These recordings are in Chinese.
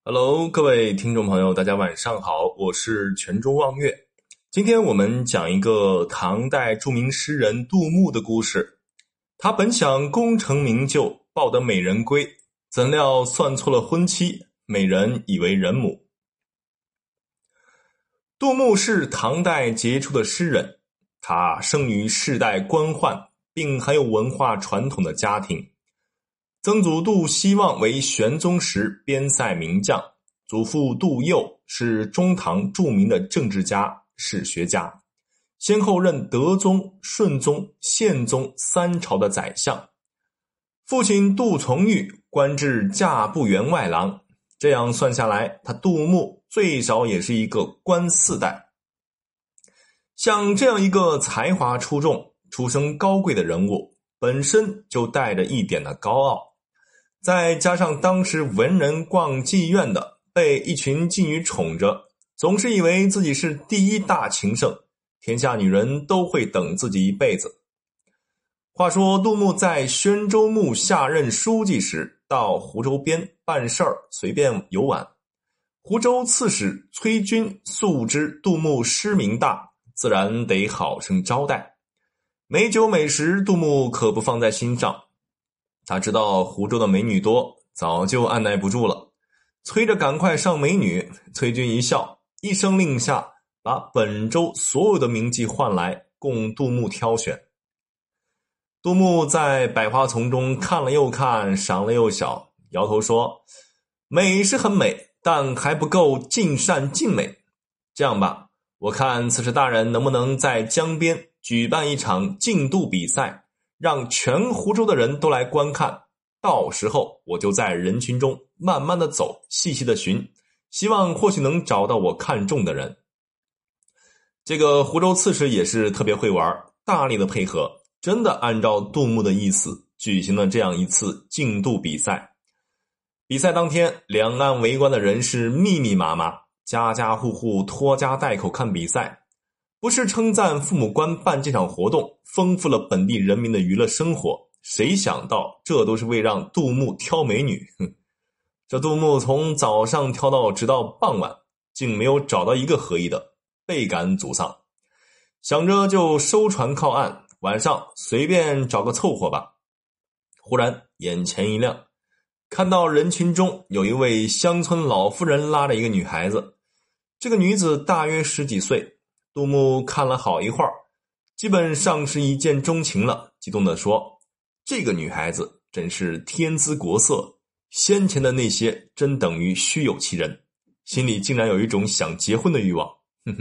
Hello，各位听众朋友，大家晚上好，我是泉州望月。今天我们讲一个唐代著名诗人杜牧的故事。他本想功成名就，抱得美人归，怎料算错了婚期，美人以为人母。杜牧是唐代杰出的诗人，他生于世代官宦，并很有文化传统的家庭。曾祖杜希望为玄宗时边塞名将，祖父杜佑是中唐著名的政治家、史学家，先后任德宗、顺宗、宪宗三朝的宰相。父亲杜从玉官至驾部员外郎，这样算下来，他杜牧最少也是一个官四代。像这样一个才华出众、出身高贵的人物，本身就带着一点的高傲。再加上当时文人逛妓院的被一群妓女宠着，总是以为自己是第一大情圣，天下女人都会等自己一辈子。话说杜牧在宣州牧下任书记时，到湖州边办事儿，随便游玩。湖州刺史崔均素知杜牧诗名大，自然得好生招待。美酒美食，杜牧可不放在心上。他知道湖州的美女多，早就按耐不住了，催着赶快上美女。崔均一笑，一声令下，把本州所有的名妓唤来，供杜牧挑选。杜牧在百花丛中看了又看，赏了又晓，摇头说：美是很美，但还不够尽善尽美。这样吧，我看刺史大人能不能在江边举办一场竞渡比赛，让全湖州的人都来观看，到时候我就在人群中慢慢的走，细细的寻，希望或许能找到我看中的人。这个湖州刺史也是特别会玩，大力的配合，真的按照杜牧的意思举行了这样一次竞渡比赛。比赛当天，两岸围观的人是密密麻麻，家家户户拖家带口看比赛。不是称赞父母官办这场活动丰富了本地人民的娱乐生活，谁想到这都是为让杜牧挑美女。这杜牧从早上挑到直到傍晚，竟没有找到一个合意的，倍感沮丧。想着就收船靠岸，晚上随便找个凑合吧。忽然眼前一亮，看到人群中有一位乡村老妇人拉着一个女孩子，这个女子大约10几岁。杜牧看了好一会儿，基本上是一见钟情了，激动地说：这个女孩子真是天姿国色，先前的那些真等于虚有其人，心里竟然有一种想结婚的欲望。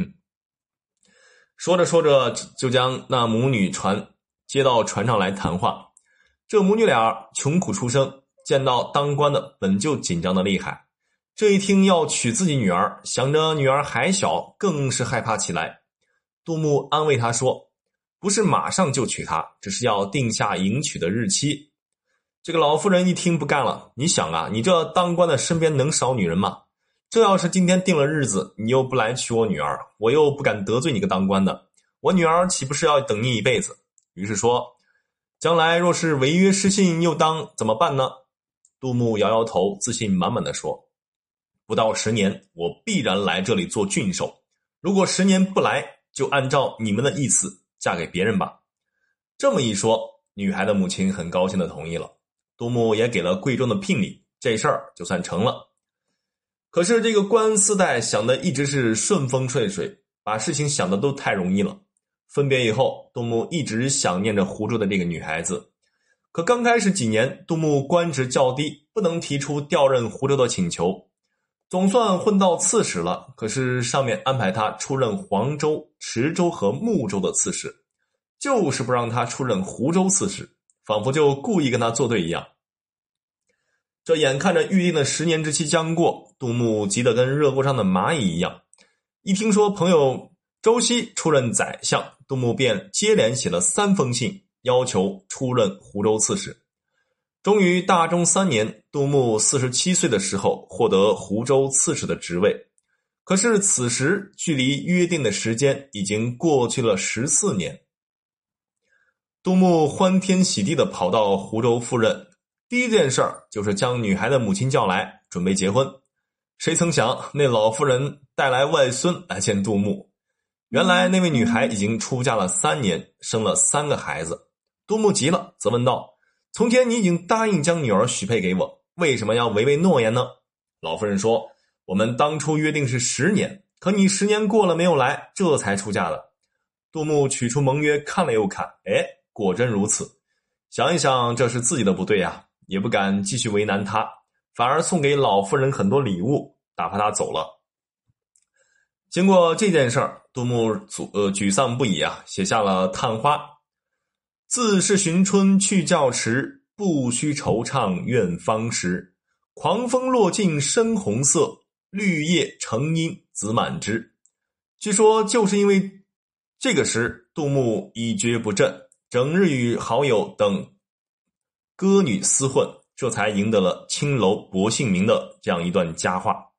说着说着，就将那母女船接到船上来谈话。这母女俩穷苦出身，见到当官的本就紧张的厉害，这一听要娶自己女儿，想着女儿还小，更是害怕起来。杜牧安慰他说：不是马上就娶她，只是要定下迎娶的日期。这个老妇人一听不干了，你想啊，你这当官的身边能少女人吗？这要是今天定了日子，你又不来娶我女儿，我又不敢得罪你个当官的，我女儿岂不是要等你一辈子？于是说，将来若是违约失信又当怎么办呢？杜牧摇摇头，自信满满的说：不到10年，我必然来这里做郡守，如果10年不来，就按照你们的意思嫁给别人吧。这么一说，女孩的母亲很高兴的同意了，杜牧也给了贵重的聘礼，这事儿就算成了。可是这个官四代想的一直是顺风顺水，把事情想的都太容易了。分别以后，杜牧一直想念着湖州的这个女孩子，可刚开始几年，杜牧官职较低，不能提出调任湖州的请求。总算混到刺史了，可是上面安排他出任黄州、池州和睦州的刺史，就是不让他出任湖州刺史，仿佛就故意跟他作对一样。这眼看着预定的10年之期将过，杜牧急得跟热锅上的蚂蚁一样。一听说朋友周熙出任宰相，杜牧便接连写了3封信，要求出任湖州刺史。终于大中3年，杜牧47岁的时候获得湖州刺史的职位。可是此时距离约定的时间已经过去了14年。杜牧欢天喜地地跑到湖州赴任，第一件事就是将女孩的母亲叫来，准备结婚。 谁曾想那老妇人带来外孙来见杜牧。原来那位女孩已经出嫁了3年，生了3个孩子。杜牧急了，责问道：从前你已经答应将女儿许配给我，为什么要违背诺言呢？老妇人说：我们当初约定是10年，可你10年过了没有来，这才出嫁的。杜牧取出盟约看了又看，果真如此。想一想，这是自己的不对啊，也不敢继续为难他，反而送给老妇人很多礼物，打发他走了。经过这件事儿，杜牧沮丧不已啊，写下了《探花》：自是寻春去教迟，不须惆怅愿芳时。狂风落尽深红色，绿叶成荫子满枝。据说就是因为这个时，杜牧一蹶不振，整日与好友等歌女厮混，这才赢得了青楼薄幸名的这样一段佳话。